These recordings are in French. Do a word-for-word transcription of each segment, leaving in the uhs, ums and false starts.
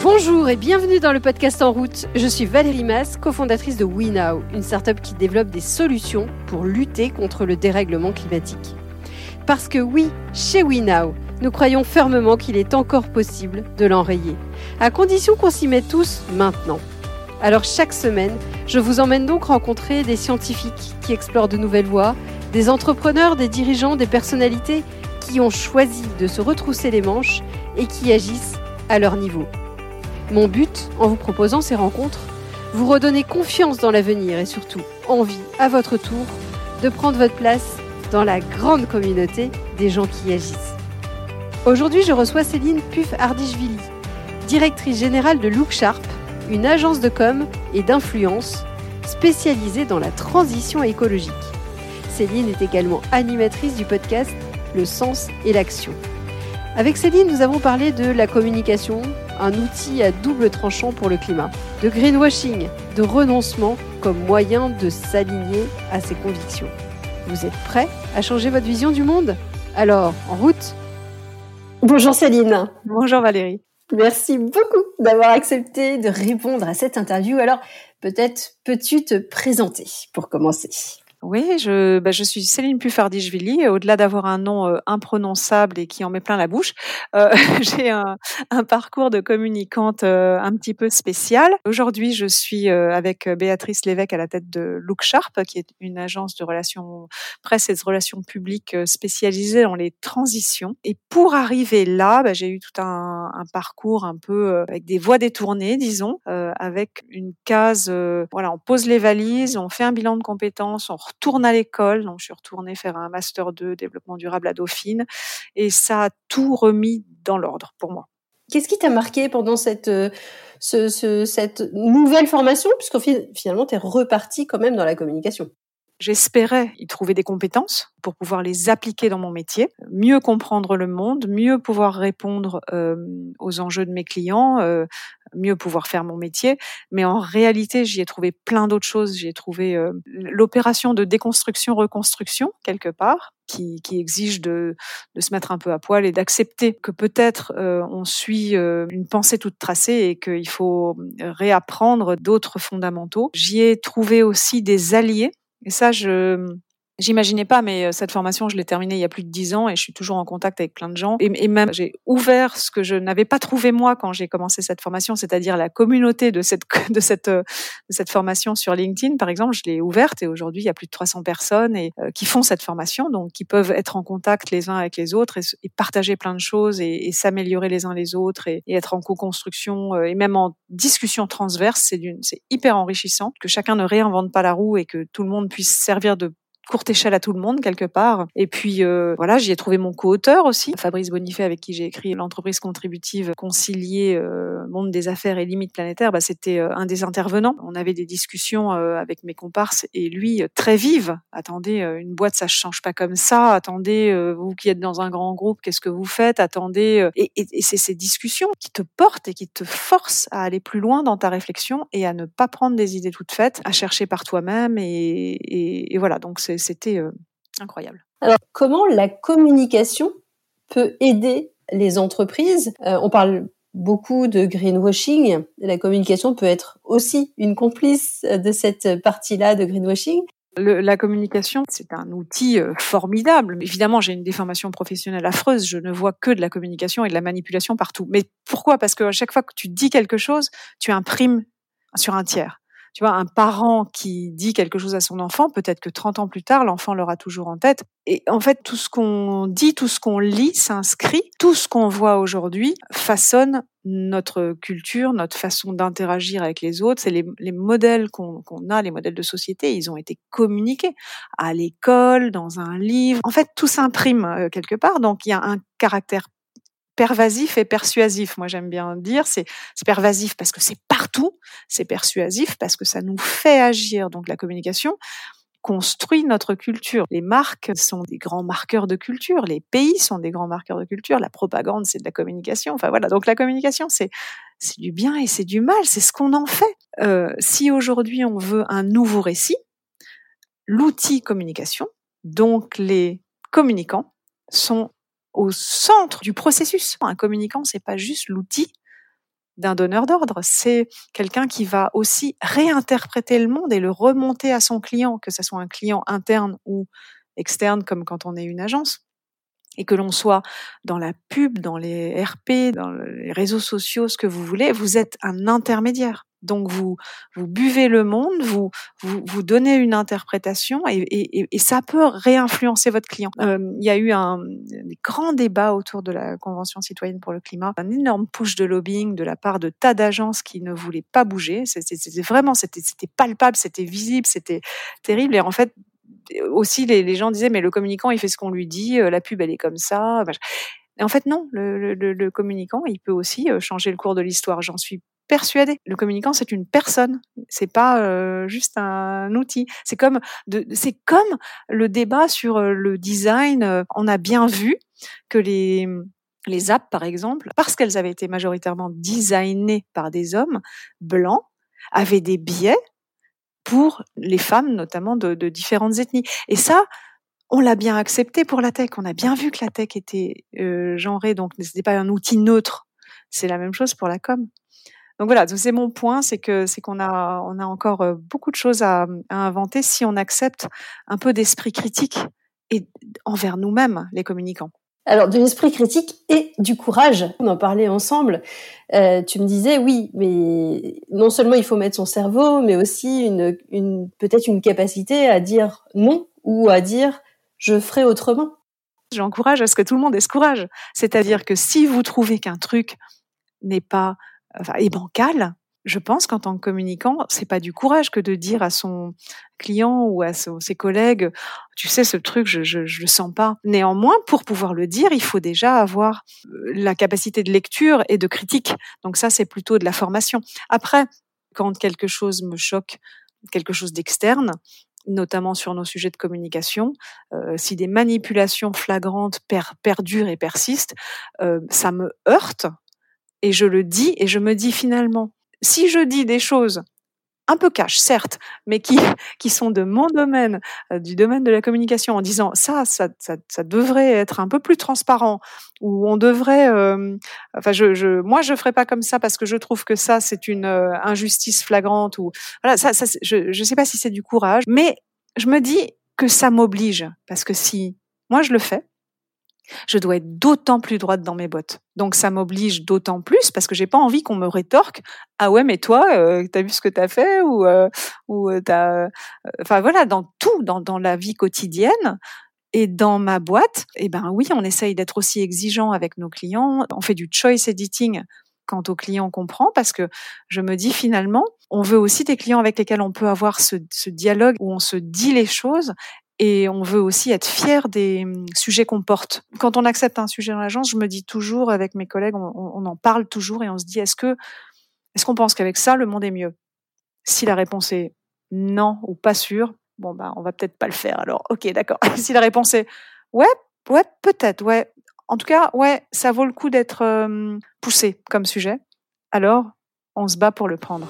Bonjour et bienvenue dans le podcast En route. Je suis Valérie Mas, cofondatrice de WeNow, une start-up qui développe des solutions pour lutter contre le dérèglement climatique. Parce que oui, chez WeNow, nous croyons fermement qu'il est encore possible de l'enrayer, à condition qu'on s'y mette tous maintenant. Alors chaque semaine, je vous emmène donc rencontrer des scientifiques qui explorent de nouvelles voies, des entrepreneurs, des dirigeants, des personnalités qui ont choisi de se retrousser les manches et qui agissent à leur niveau. Mon but, en vous proposant ces rencontres, vous redonner confiance dans l'avenir et surtout envie, à votre tour, de prendre votre place dans la grande communauté des gens qui agissent. Aujourd'hui, je reçois Céline Puf-Ardichvili, directrice générale de Look Sharp, une agence de com et d'influence spécialisée dans la transition écologique. Céline est également animatrice du podcast Le Sens et l'Action. Avec Céline, nous avons parlé de la communication, un outil à double tranchant pour le climat, de greenwashing, de renoncement comme moyen de s'aligner à ses convictions. Vous êtes prêts à changer votre vision du monde ? Alors, en route ! Bonjour Céline. Bonjour Valérie. Merci beaucoup d'avoir accepté de répondre à cette interview. Alors, peut-être peux-tu te présenter pour commencer ? Oui, je, bah, je suis Céline Puf-Ardichvili. Au-delà d'avoir un nom euh, imprononçable et qui en met plein la bouche, euh, j'ai un, un parcours de communicante euh, un petit peu spécial. Aujourd'hui, je suis euh, avec Béatrice Lévesque à la tête de Look Sharp, qui est une agence de relations presse et de relations publiques spécialisée dans les transitions. Et pour arriver là, bah, j'ai eu tout un, un parcours un peu euh, avec des voies détournées, disons, euh, avec une case, euh, voilà, on pose les valises, on fait un bilan de compétences, on retourne à l'école, donc je suis retournée faire un master deux développement durable à Dauphine, et ça a tout remis dans l'ordre pour moi. Qu'est-ce qui t'a marqué pendant cette, ce, ce, cette nouvelle formation, puisqu'en finalement tu es repartie quand même dans la communication? J'espérais y trouver des compétences pour pouvoir les appliquer dans mon métier, mieux comprendre le monde, mieux pouvoir répondre euh, aux enjeux de mes clients, euh, mieux pouvoir faire mon métier. Mais en réalité, j'y ai trouvé plein d'autres choses. J'y ai trouvé euh, l'opération de déconstruction-reconstruction, quelque part, qui, qui exige de, de se mettre un peu à poil et d'accepter que peut-être euh, on suit euh, une pensée toute tracée et qu'il faut réapprendre d'autres fondamentaux. J'y ai trouvé aussi des alliés. Et ça, je j'imaginais pas, mais cette formation, je l'ai terminée il y a plus de dix ans et je suis toujours en contact avec plein de gens. Et, et même, j'ai ouvert ce que je n'avais pas trouvé moi quand j'ai commencé cette formation, c'est-à-dire la communauté de cette de cette de cette formation sur LinkedIn, par exemple. Je l'ai ouverte et aujourd'hui, il y a plus de trois cents personnes et euh, qui font cette formation, donc qui peuvent être en contact les uns avec les autres et, et partager plein de choses et, et s'améliorer les uns les autres et, et être en co-construction euh, et même en discussion transverse. C'est d'une, c'est hyper enrichissant que chacun ne réinvente pas la roue et que tout le monde puisse servir de courte échelle à tout le monde quelque part. Et puis euh, voilà, j'y ai trouvé mon co-auteur aussi, Fabrice Bonifay, avec qui j'ai écrit l'entreprise contributive concilier euh, monde des affaires et limites planétaires. Bah, c'était euh, un des intervenants. On avait des discussions euh, avec mes comparses et lui euh, très vive. Attendez, euh, une boîte ça se change pas comme ça. Attendez, euh, vous qui êtes dans un grand groupe, qu'est-ce que vous faites ? Attendez, euh, et, et, et c'est ces discussions qui te portent et qui te forcent à aller plus loin dans ta réflexion et à ne pas prendre des idées toutes faites, à chercher par toi-même et, et, et voilà. Donc c'est C'était euh, incroyable. Alors, comment la communication peut aider les entreprises ? euh, On parle beaucoup de greenwashing. La communication peut être aussi une complice de cette partie-là de greenwashing. Le, la communication, c'est un outil euh, formidable. Évidemment, j'ai une déformation professionnelle affreuse. Je ne vois que de la communication et de la manipulation partout. Mais pourquoi ? Parce qu'à chaque fois que tu dis quelque chose, tu imprimes sur un tiers. Tu vois, un parent qui dit quelque chose à son enfant, peut-être que trente ans plus tard, l'enfant l'aura toujours en tête. Et en fait, tout ce qu'on dit, tout ce qu'on lit s'inscrit. Tout ce qu'on voit aujourd'hui façonne notre culture, notre façon d'interagir avec les autres. C'est les, les modèles qu'on, qu'on a, les modèles de société, ils ont été communiqués à l'école, dans un livre. En fait, tout s'imprime euh, quelque part. Donc, il y a un caractère pervasif et persuasif. Moi, j'aime bien dire, c'est, c'est pervasif parce que c'est partout, c'est persuasif parce que ça nous fait agir. Donc, la communication construit notre culture. Les marques sont des grands marqueurs de culture, les pays sont des grands marqueurs de culture, la propagande, c'est de la communication. Enfin, voilà. Donc, la communication, c'est, c'est du bien et c'est du mal, c'est ce qu'on en fait. Euh, si aujourd'hui, on veut un nouveau récit, l'outil communication, donc les communicants, sont au centre du processus. Un communicant, c'est pas juste l'outil d'un donneur d'ordre. C'est quelqu'un qui va aussi réinterpréter le monde et le remonter à son client, que ce soit un client interne ou externe, comme quand on est une agence. Et que l'on soit dans la pub, dans les R P, dans les réseaux sociaux, ce que vous voulez, vous êtes un intermédiaire. Donc vous vous buvez le monde, vous vous, vous donnez une interprétation et, et, et ça peut réinfluencer votre client. Euh, il y a eu un, un grand débat autour de la Convention citoyenne pour le climat, un énorme push de lobbying de la part de tas d'agences qui ne voulaient pas bouger. C'était, c'était vraiment, c'était, c'était palpable, c'était visible, c'était terrible. Et en fait, aussi les, les gens disaient mais le communicant il fait ce qu'on lui dit, euh, la pub elle est comme ça. Et en fait non, le, le, le communicant il peut aussi changer le cours de l'histoire, j'en suis persuadée. Le communicant c'est une personne, c'est pas euh, juste un outil. C'est comme de, c'est comme le débat sur le design. On a bien vu que les les apps par exemple, parce qu'elles avaient été majoritairement designées par des hommes blancs, avaient des biais pour les femmes, notamment de, de différentes ethnies. Et ça, on l'a bien accepté pour la tech. On a bien vu que la tech était euh, genrée, donc c'était pas un outil neutre. C'est la même chose pour la com. Donc voilà, donc c'est mon point, c'est que c'est qu'on a on a encore beaucoup de choses à, à inventer si on accepte un peu d'esprit critique et envers nous-mêmes, les communicants. Alors, de l'esprit critique et du courage. On en parlait ensemble. Euh, tu me disais, oui, mais non seulement il faut mettre son cerveau, mais aussi une, une, peut-être une capacité à dire non ou à dire je ferai autrement. J'encourage à ce que tout le monde ait ce courage. C'est-à-dire que si vous trouvez qu'un truc n'est pas, enfin, est bancal, je pense qu'en tant que communicant, c'est pas du courage que de dire à son client ou à son, ses collègues, tu sais, ce truc, je, je, je le sens pas. Néanmoins, pour pouvoir le dire, il faut déjà avoir la capacité de lecture et de critique. Donc ça, c'est plutôt de la formation. Après, quand quelque chose me choque, quelque chose d'externe, notamment sur nos sujets de communication, euh, si des manipulations flagrantes per, perdurent et persistent, euh, ça me heurte et je le dis et je me dis finalement, si je dis des choses un peu cash, certes, mais qui qui sont de mon domaine, euh, du domaine de la communication, en disant ça, ça, ça, ça devrait être un peu plus transparent, ou on devrait, euh, enfin, je, je, moi, je ferai pas comme ça parce que je trouve que ça, c'est une euh, injustice flagrante, ou voilà, ça, ça, je, je sais pas si c'est du courage, mais je me dis que ça m'oblige, parce que si moi je le fais, je dois être d'autant plus droite dans mes bottes. Donc ça m'oblige d'autant plus parce que j'ai pas envie qu'on me rétorque ah ouais mais toi euh, t'as vu ce que t'as fait ou euh, ou euh, t'as enfin voilà, dans tout, dans dans la vie quotidienne et dans ma boîte, eh ben oui, on essaye d'être aussi exigeant avec nos clients, on fait du choice editing quand au client comprend, parce que je me dis finalement, on veut aussi des clients avec lesquels on peut avoir ce, ce dialogue où on se dit les choses. Et on veut aussi être fier des sujets qu'on porte. Quand on accepte un sujet dans l'agence, je me dis toujours avec mes collègues, on, on en parle toujours et on se dit, est-ce que, est-ce qu'on pense qu'avec ça, le monde est mieux? Si la réponse est non ou pas sûr, bon, bah, on va peut-être pas le faire. Alors, ok, d'accord. Si la réponse est ouais, ouais, peut-être, ouais. En tout cas, ouais, ça vaut le coup d'être euh, poussé comme sujet. Alors, on se bat pour le prendre.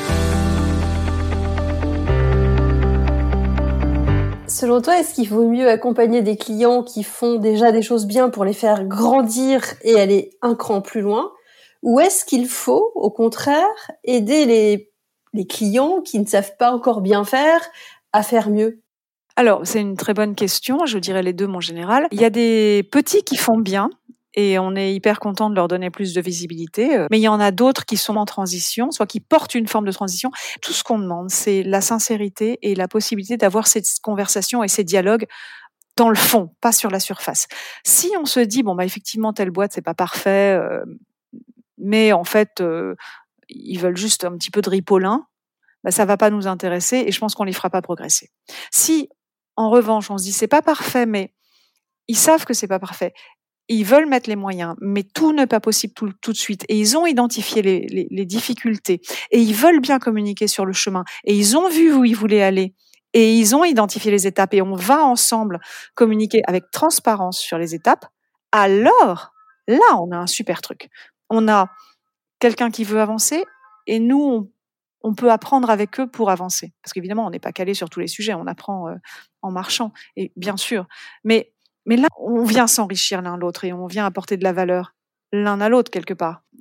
Selon toi, est-ce qu'il vaut mieux accompagner des clients qui font déjà des choses bien pour les faire grandir et aller un cran plus loin? Ou est-ce qu'il faut, au contraire, aider les, les clients qui ne savent pas encore bien faire à faire mieux? Alors, c'est une très bonne question. Je dirais les deux, mon général. Il y a des petits qui font bien. Et on est hyper content de leur donner plus de visibilité. Mais il y en a d'autres qui sont en transition, soit qui portent une forme de transition. Tout ce qu'on demande, c'est la sincérité et la possibilité d'avoir cette conversation et ces dialogues dans le fond, pas sur la surface. Si on se dit, bon, bah, effectivement, telle boîte, c'est pas parfait, euh, mais en fait, euh, ils veulent juste un petit peu de ripolin, bah, ça va pas nous intéresser et je pense qu'on les fera pas progresser. Si, en revanche, on se dit, c'est pas parfait, mais ils savent que c'est pas parfait, ils veulent mettre les moyens, mais tout n'est pas possible tout, tout de suite. Et ils ont identifié les, les, les difficultés. Et ils veulent bien communiquer sur le chemin. Et ils ont vu où ils voulaient aller. Et ils ont identifié les étapes. Et on va ensemble communiquer avec transparence sur les étapes. Alors, là, on a un super truc. On a quelqu'un qui veut avancer. Et nous, on, on peut apprendre avec eux pour avancer. Parce qu'évidemment, on n'est pas calé sur tous les sujets. On apprend euh, en marchant. Et bien sûr. Mais Mais là, on vient s'enrichir l'un l'autre et on vient apporter de la valeur l'un à l'autre quelque part.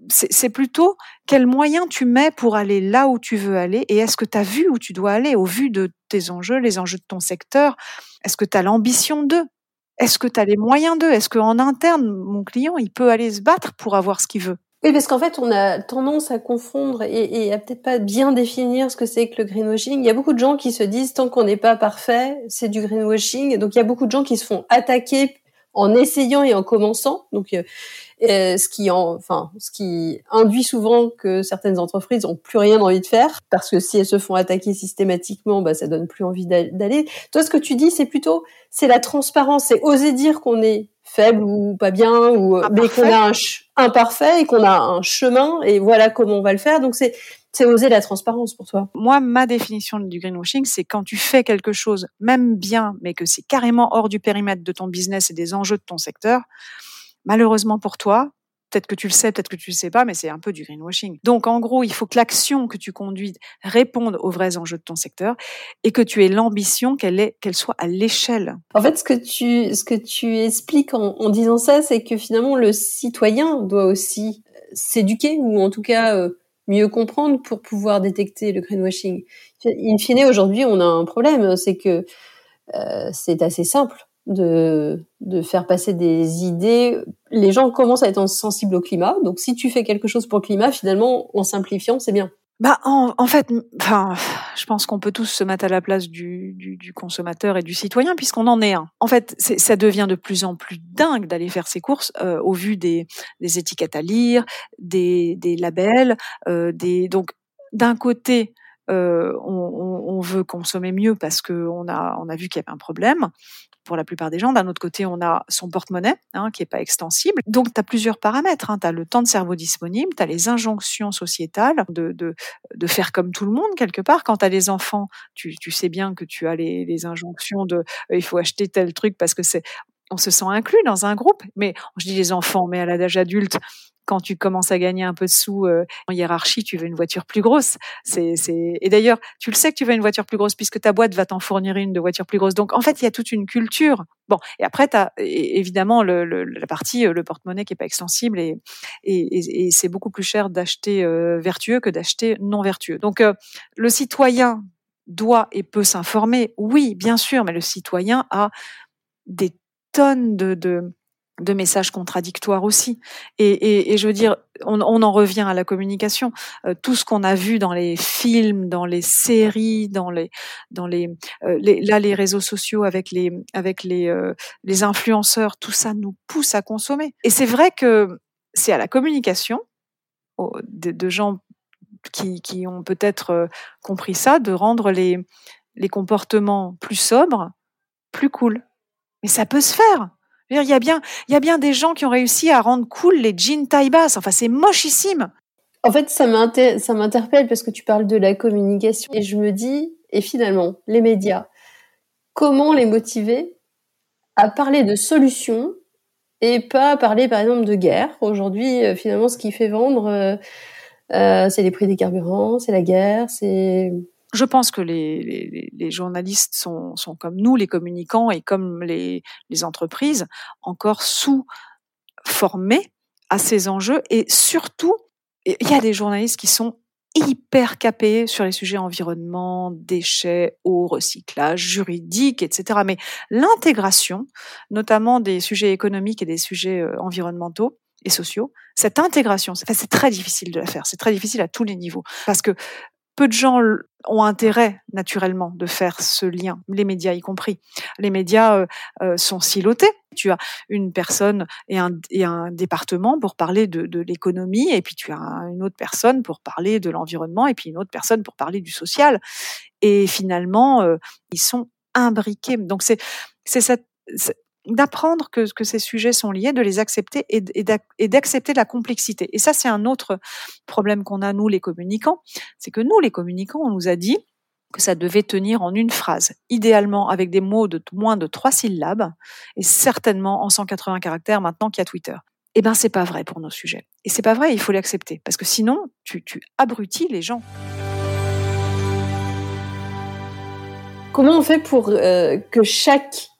c'est, c'est plutôt quels moyens tu mets pour aller là où tu veux aller et est-ce que tu as vu où tu dois aller au vu de tes enjeux, les enjeux de ton secteur? Est-ce que tu as l'ambition d'eux? Est-ce que tu as les moyens d'eux? Est-ce qu'en interne, mon client, il peut aller se battre pour avoir ce qu'il veut? Oui, parce qu'en fait, on a tendance à confondre et, et à peut-être pas bien définir ce que c'est que le greenwashing. Il y a beaucoup de gens qui se disent tant qu'on n'est pas parfait, c'est du greenwashing. Donc, il y a beaucoup de gens qui se font attaquer en essayant et en commençant. Donc, euh, euh, ce qui, en, enfin, ce qui induit souvent que certaines entreprises ont plus rien envie de faire parce que si elles se font attaquer systématiquement, bah, ça donne plus envie d'aller. Toi, ce que tu dis, c'est plutôt, c'est la transparence, c'est oser dire qu'on est faible ou pas bien ou Imparfait. Mais qu'on a un ch- imparfait et qu'on a un chemin et voilà comment on va le faire. Donc c'est c'est oser la transparence pour toi. Moi, ma définition du greenwashing, c'est quand tu fais quelque chose, même bien, mais que c'est carrément hors du périmètre de ton business et des enjeux de ton secteur. Malheureusement pour toi, peut-être que tu le sais, peut-être que tu le sais pas, mais c'est un peu du greenwashing. Donc, en gros, il faut que l'action que tu conduis réponde aux vrais enjeux de ton secteur et que tu aies l'ambition qu'elle est, qu'elle soit à l'échelle. En fait, ce que tu, ce que tu expliques en, en disant ça, c'est que finalement, le citoyen doit aussi s'éduquer ou en tout cas euh, mieux comprendre pour pouvoir détecter le greenwashing. In fine, aujourd'hui, on a un problème, c'est que euh, c'est assez simple de de faire passer des idées. Les gens commencent à être sensibles au climat, donc si tu fais quelque chose pour le climat, finalement, en simplifiant, c'est bien. Bah en, en fait, enfin, je pense qu'on peut tous se mettre à la place du, du, du consommateur et du citoyen puisqu'on en est un. En fait, c'est, ça devient de plus en plus dingue d'aller faire ses courses euh, au vu des, des étiquettes à lire, des, des labels, euh, des donc d'un côté. Euh, on, on, on veut consommer mieux parce qu'on a, on a vu qu'il y avait un problème pour la plupart des gens. D'un autre côté, on a son porte-monnaie hein, qui est pas extensible. Donc, tu as plusieurs paramètres. Hein. Tu as le temps de cerveau disponible, tu as les injonctions sociétales de, de, de faire comme tout le monde quelque part. Quand tu as les enfants, tu, tu sais bien que tu as les, les injonctions de euh, il faut acheter tel truc parce que c'est on se sent inclus dans un groupe. Mais je dis les enfants, mais à l'âge adulte, quand tu commences à gagner un peu de sous euh, en hiérarchie, tu veux une voiture plus grosse. C'est, c'est... Et d'ailleurs, tu le sais que tu veux une voiture plus grosse puisque ta boîte va t'en fournir une de voiture plus grosse. Donc, en fait, il y a toute une culture. Bon, et après, tu as évidemment le, le, la partie, le porte-monnaie qui est pas extensible et, et, et, et c'est beaucoup plus cher d'acheter euh, vertueux que d'acheter non vertueux. Donc, euh, le citoyen doit et peut s'informer, oui, bien sûr, mais le citoyen a des tonnes de... de de messages contradictoires aussi. Et, et, et je veux dire, on, on en revient à la communication. Euh, tout ce qu'on a vu dans les films, dans les séries, dans les, dans les, euh, les là les réseaux sociaux avec les, avec les, euh, les influenceurs, tout ça nous pousse à consommer. Et c'est vrai que c'est à la communication oh, de, de gens qui, qui ont peut-être euh, compris ça, de rendre les, les comportements plus sobres, plus cool. Mais ça peut se faire. Il y a bien, il y a bien des gens qui ont réussi à rendre cool les jeans taille basse. Enfin, c'est mochissime. En fait, ça m'inter- ça m'interpelle parce que tu parles de la communication et je me dis, et finalement, les médias, comment les motiver à parler de solutions et pas à parler, par exemple, de guerre. Aujourd'hui, euh, finalement, ce qui fait vendre, euh, euh, c'est les prix des carburants, c'est la guerre, c'est... Je pense que les, les, les journalistes sont, sont comme nous, les communicants, et comme les, les entreprises, encore sous-formés à ces enjeux. Et surtout, il y a des journalistes qui sont hyper capés sur les sujets environnement, déchets, eau, recyclage, juridique, et cetera. Mais l'intégration, notamment des sujets économiques et des sujets environnementaux et sociaux, cette intégration, c'est, c'est très difficile de la faire. C'est très difficile à tous les niveaux. Parce que peu de gens ont intérêt, naturellement, de faire ce lien, les médias y compris. Les médias euh, euh, sont silotés. Tu as une personne et un, et un département pour parler de, de l'économie, et puis tu as une autre personne pour parler de l'environnement, et puis une autre personne pour parler du social. Et finalement, euh, ils sont imbriqués. Donc c'est, c'est cette... C'est, d'apprendre que, que ces sujets sont liés, de les accepter et, et d'accepter la complexité. Et ça, c'est un autre problème qu'on a, nous, les communicants. C'est que nous, les communicants, on nous a dit que ça devait tenir en une phrase, idéalement avec des mots de moins de trois syllabes, et certainement en cent quatre-vingts caractères maintenant qu'il y a Twitter. Eh ben, c'est pas vrai pour nos sujets. Et c'est pas vrai, il faut l'accepter. Parce que sinon, tu, tu abrutis les gens. Comment on fait pour euh, que chaque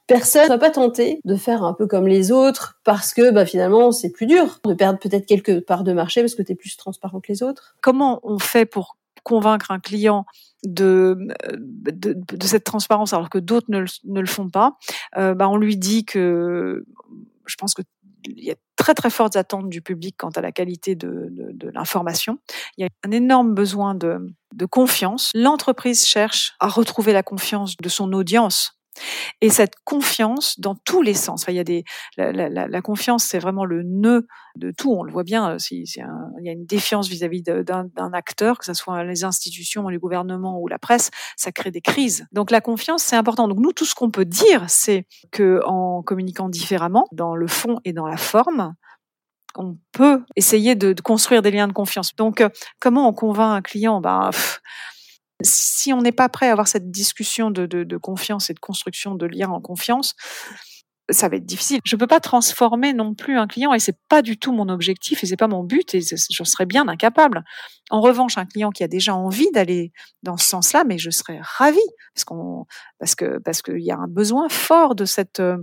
personne ne va pas tenté de faire un peu comme les autres parce que bah, finalement c'est plus dur de perdre peut-être quelques parts de marché parce que tu es plus transparent que les autres. Comment on fait pour convaincre un client de, de, de cette transparence alors que d'autres ne le, ne le font pas? euh, bah, On lui dit que je pense que il y a très très fortes attentes du public quant à la qualité de, de, de l'information. Il y a un énorme besoin de, de confiance. L'entreprise cherche à retrouver la confiance de son audience. Et cette confiance dans tous les sens. Enfin, il y a des, la, la, la confiance, c'est vraiment le nœud de tout. On le voit bien. Si, si un, il y a une défiance vis-à-vis de, d'un, d'un acteur, que ce soit les institutions, les gouvernements ou la presse, ça crée des crises. Donc la confiance, c'est important. Donc nous, tout ce qu'on peut dire, c'est que en communiquant différemment, dans le fond et dans la forme, on peut essayer de, de construire des liens de confiance. Donc, euh, comment on convainc un client? Ben, pff, si on n'est pas prêt à avoir cette discussion de, de, de confiance et de construction de liens en confiance, ça va être difficile. Je peux pas transformer non plus un client et c'est pas du tout mon objectif et c'est pas mon but et j'en serais bien incapable. En revanche, un client qui a déjà envie d'aller dans ce sens-là, mais je serais ravie parce qu'on, parce que, parce qu'il y a un besoin fort de cette, de,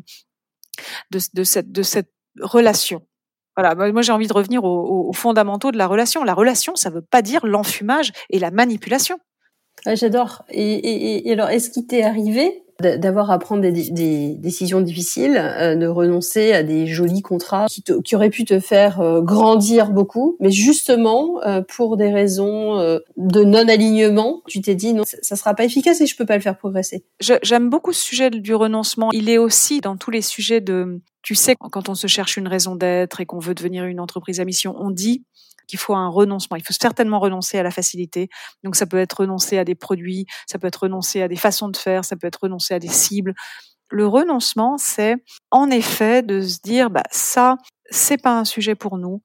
de cette, de cette relation. Voilà, moi j'ai envie de revenir aux, aux fondamentaux de la relation. La relation, ça veut pas dire l'enfumage et la manipulation. Ah, j'adore. Et, et, et alors, est-ce qu'il t'est arrivé d'avoir à prendre des, des décisions difficiles, euh, de renoncer à des jolis contrats qui, te, qui auraient pu te faire euh, grandir beaucoup, mais justement, euh, pour des raisons euh, de non-alignement, tu t'es dit non, ça, ça sera pas efficace et je peux pas le faire progresser. Je, j'aime beaucoup ce sujet du renoncement. Il est aussi dans tous les sujets de, tu sais, quand on se cherche une raison d'être et qu'on veut devenir une entreprise à mission, on dit qu'il faut un renoncement. Il faut certainement renoncer à la facilité. Donc ça peut être renoncer à des produits, ça peut être renoncer à des façons de faire, ça peut être renoncer à des cibles. Le renoncement, c'est en effet de se dire, bah ça, c'est pas un sujet pour nous.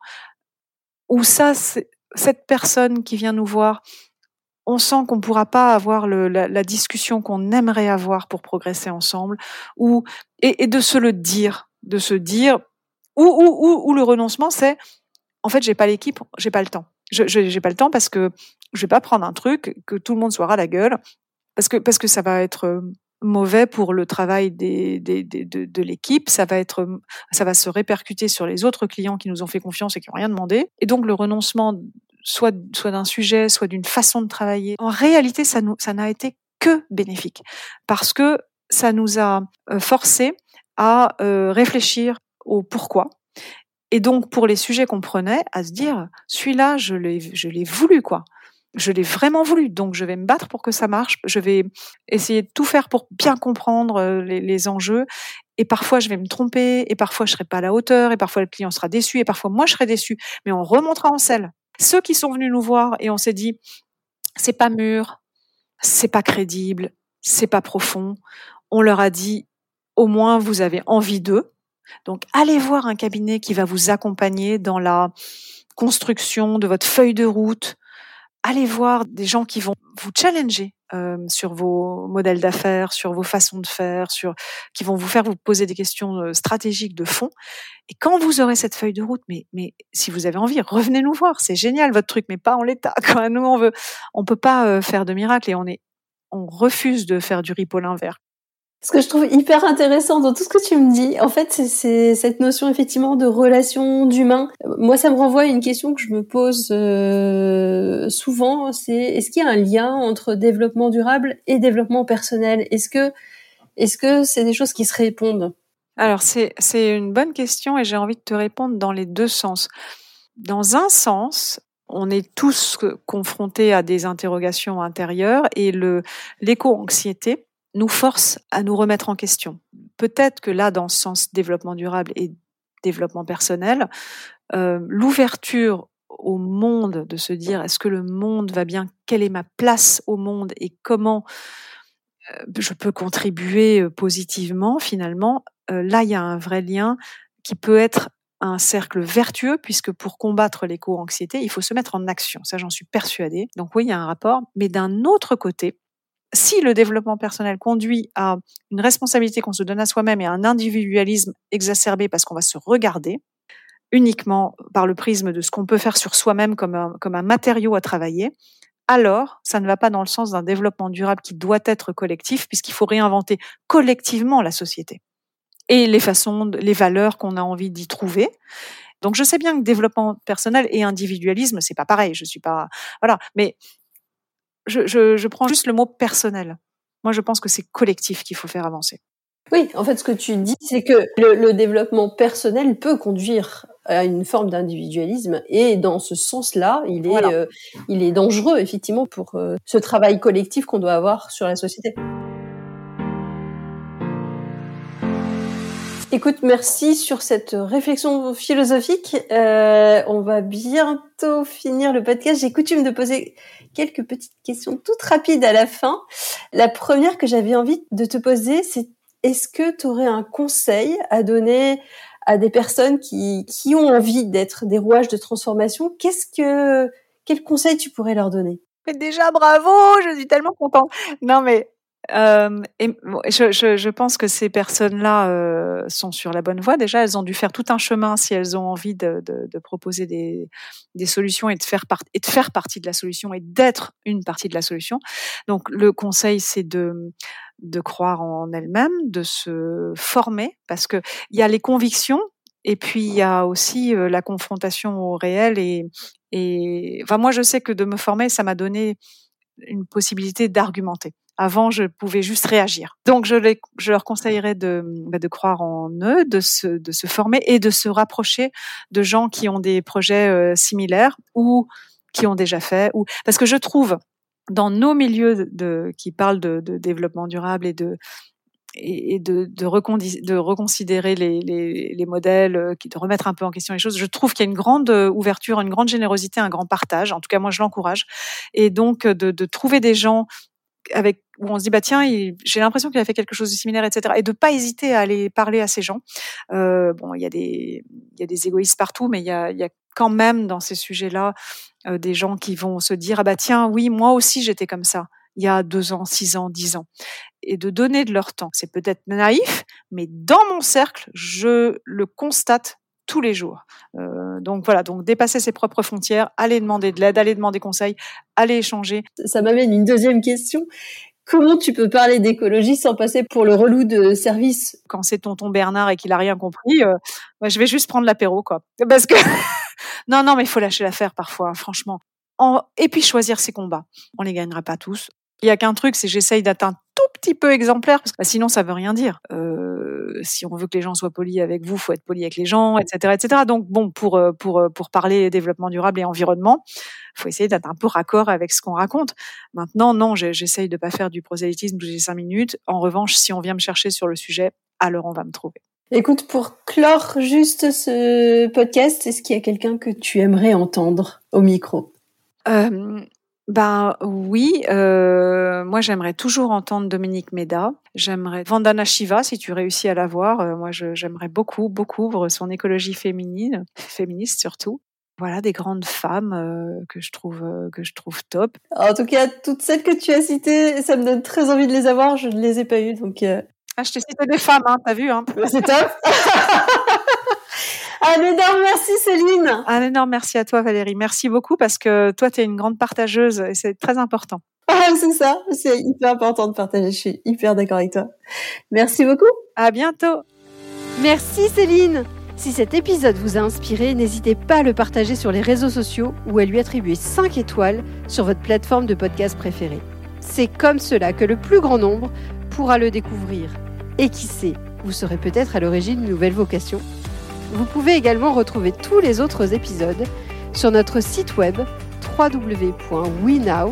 Ou ça, c'est, cette personne qui vient nous voir, on sent qu'on ne pourra pas avoir le, la, la discussion qu'on aimerait avoir pour progresser ensemble, ou et, et de se le dire, de se dire, ou, ou, ou, ou le renoncement, c'est en fait, j'ai pas l'équipe, j'ai pas le temps. Je, je j'ai pas le temps parce que je vais pas prendre un truc que tout le monde soit ras la gueule, parce que parce que ça va être mauvais pour le travail des, des, des de, de l'équipe, ça va être, ça va se répercuter sur les autres clients qui nous ont fait confiance et qui ont rien demandé. Et donc le renoncement, soit soit d'un sujet, soit d'une façon de travailler, en réalité, ça nous, ça n'a été que bénéfique, parce que ça nous a forcé à euh, réfléchir au pourquoi. Et donc, pour les sujets qu'on prenait, à se dire, celui-là, je l'ai, je l'ai voulu, quoi. Je l'ai vraiment voulu. Donc, je vais me battre pour que ça marche. Je vais essayer de tout faire pour bien comprendre les, les enjeux. Et parfois, je vais me tromper. Et parfois, je serai pas à la hauteur. Et parfois, le client sera déçu. Et parfois, moi, je serai déçu. Mais on remontera en selle. Ceux qui sont venus nous voir et on s'est dit, c'est pas mûr, c'est pas crédible, c'est pas profond. On leur a dit, au moins, vous avez envie d'eux. Donc, allez voir un cabinet qui va vous accompagner dans la construction de votre feuille de route. Allez voir des gens qui vont vous challenger euh, sur vos modèles d'affaires, sur vos façons de faire, sur qui vont vous faire vous poser des questions stratégiques de fond. Et quand vous aurez cette feuille de route, mais mais si vous avez envie, revenez nous voir. C'est génial votre truc, mais pas en l'état. Quoi. Nous, on veut, on peut pas euh, faire de miracle et on est, on refuse de faire du ripolin vert. Ce que je trouve hyper intéressant dans tout ce que tu me dis, en fait, c'est, c'est cette notion effectivement de relation, d'humain. Moi, ça me renvoie à une question que je me pose euh, souvent, c'est est-ce qu'il y a un lien entre développement durable et développement personnel? Est-ce que, est-ce que c'est des choses qui se répondent? Alors, c'est, c'est une bonne question et j'ai envie de te répondre dans les deux sens. Dans un sens, on est tous confrontés à des interrogations intérieures et le, l'éco-anxiété nous force à nous remettre en question. Peut-être que là, dans ce sens développement durable et développement personnel, euh, l'ouverture au monde, de se dire est-ce que le monde va bien, quelle est ma place au monde et comment euh, je peux contribuer positivement finalement, euh, là il y a un vrai lien qui peut être un cercle vertueux, puisque pour combattre l'éco-anxiété, il faut se mettre en action. Ça, j'en suis persuadée. Donc oui, il y a un rapport. Mais d'un autre côté, si le développement personnel conduit à une responsabilité qu'on se donne à soi-même et à un individualisme exacerbé parce qu'on va se regarder uniquement par le prisme de ce qu'on peut faire sur soi-même comme un, comme un matériau à travailler, alors ça ne va pas dans le sens d'un développement durable qui doit être collectif puisqu'il faut réinventer collectivement la société. et les façons, les valeurs qu'on a envie d'y trouver. Donc je sais bien que développement personnel et individualisme, c'est pas pareil. Je suis pas voilà, mais je, je, je prends juste le mot personnel. Moi, je pense que c'est collectif qu'il faut faire avancer. Oui, en fait, ce que tu dis, c'est que le, le développement personnel peut conduire à une forme d'individualisme, et dans ce sens-là, il est, voilà. euh, il est dangereux, effectivement, pour euh, ce travail collectif qu'on doit avoir sur la société. Écoute, merci sur cette réflexion philosophique. Euh, on va bientôt finir le podcast. J'ai coutume de poser quelques petites questions toutes rapides à la fin. La première que j'avais envie de te poser, c'est est-ce que tu aurais un conseil à donner à des personnes qui, qui ont envie d'être des rouages de transformation? Qu'est-ce que, quel conseil tu pourrais leur donner? Mais déjà, bravo! Je suis tellement contente. Non, mais Euh, et je, je, je pense que ces personnes-là euh, sont sur la bonne voie. Déjà, elles ont dû faire tout un chemin si elles ont envie de, de, de proposer des, des solutions et de, faire part, et de faire partie de la solution et d'être une partie de la solution. Donc, le conseil, c'est de, de croire en elles-mêmes, de se former, parce que il y a les convictions et puis il y a aussi euh, la confrontation au réel. Et, et enfin, moi, je sais que de me former, ça m'a donné une possibilité d'argumenter. Avant, je pouvais juste réagir. Donc, je, les, je leur conseillerais de, bah, de croire en eux, de se, de se former et de se rapprocher de gens qui ont des projets euh, similaires ou qui ont déjà fait. Ou parce que je trouve, dans nos milieux de, de, qui parlent de, de développement durable et de et de, de, recondi- de reconsidérer les, les, les modèles, de remettre un peu en question les choses. Je trouve qu'il y a une grande ouverture, une grande générosité, un grand partage. En tout cas, moi, je l'encourage. Et donc, de, de trouver des gens avec où on se dit bah tiens il, j'ai l'impression qu'il a fait quelque chose de similaire, et cetera, et de pas hésiter à aller parler à ces gens. Euh, bon, il y a des il y a des égoïstes partout, mais il y a il y a quand même dans ces sujets-là euh, des gens qui vont se dire ah bah tiens oui moi aussi j'étais comme ça il y a deux ans, six ans, dix ans, et de donner de leur temps. C'est peut-être naïf, mais dans mon cercle je le constate tous les jours. Euh, donc voilà, donc dépasser ses propres frontières, aller demander de l'aide, aller demander conseil, aller échanger. Ça m'amène une deuxième question. Comment tu peux parler d'écologie sans passer pour le relou de service? Quand c'est tonton Bernard et qu'il a rien compris, euh, bah, je vais juste prendre l'apéro, quoi. Parce que non, non, mais il faut lâcher l'affaire parfois, hein, franchement. En... Et puis choisir ses combats. On les gagnera pas tous. Il y a qu'un truc, c'est que j'essaye d'être un tout petit peu exemplaire, parce que bah, sinon ça veut rien dire. Euh, si on veut que les gens soient polis avec vous, faut être poli avec les gens, et cetera, et cetera. Donc bon, pour pour pour parler développement durable et environnement, faut essayer d'être un peu raccord avec ce qu'on raconte. Maintenant, non, j'essaye de pas faire du prosélytisme tous les cinq minutes. En revanche, si on vient me chercher sur le sujet, alors on va me trouver. Écoute, pour clore juste ce podcast, est-ce qu'il y a quelqu'un que tu aimerais entendre au micro? Euh, Ben oui, euh, moi j'aimerais toujours entendre Dominique Méda. J'aimerais Vandana Shiva, si tu réussis à la voir. Euh, moi je, j'aimerais beaucoup, beaucoup son écologie féminine, féministe surtout. Voilà, des grandes femmes euh, que je trouve euh, que je trouve top. En tout cas, toutes celles que tu as citées, ça me donne très envie de les avoir. Je ne les ai pas eues, donc. Euh... Ah, je t'ai cité des femmes, hein, t'as vu, hein. C'est top. Un énorme merci Céline. Un énorme merci à toi Valérie. Merci beaucoup parce que toi tu es une grande partageuse et c'est très important. Ah, c'est ça, c'est hyper important de partager. Je suis hyper d'accord avec toi. Merci beaucoup. À bientôt. Merci Céline. Si cet épisode vous a inspiré, n'hésitez pas à le partager sur les réseaux sociaux ou à lui attribuer cinq étoiles sur votre plateforme de podcast préférée. C'est comme cela que le plus grand nombre pourra le découvrir. Et qui sait, vous serez peut-être à l'origine d'une nouvelle vocation. Vous pouvez également retrouver tous les autres épisodes sur notre site web w w w point we now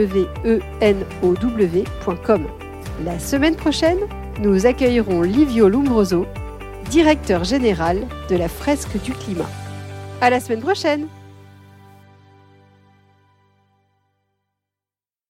point com. La semaine prochaine, nous accueillerons Livio Lombroso, directeur général de la Fresque du Climat. À la semaine prochaine!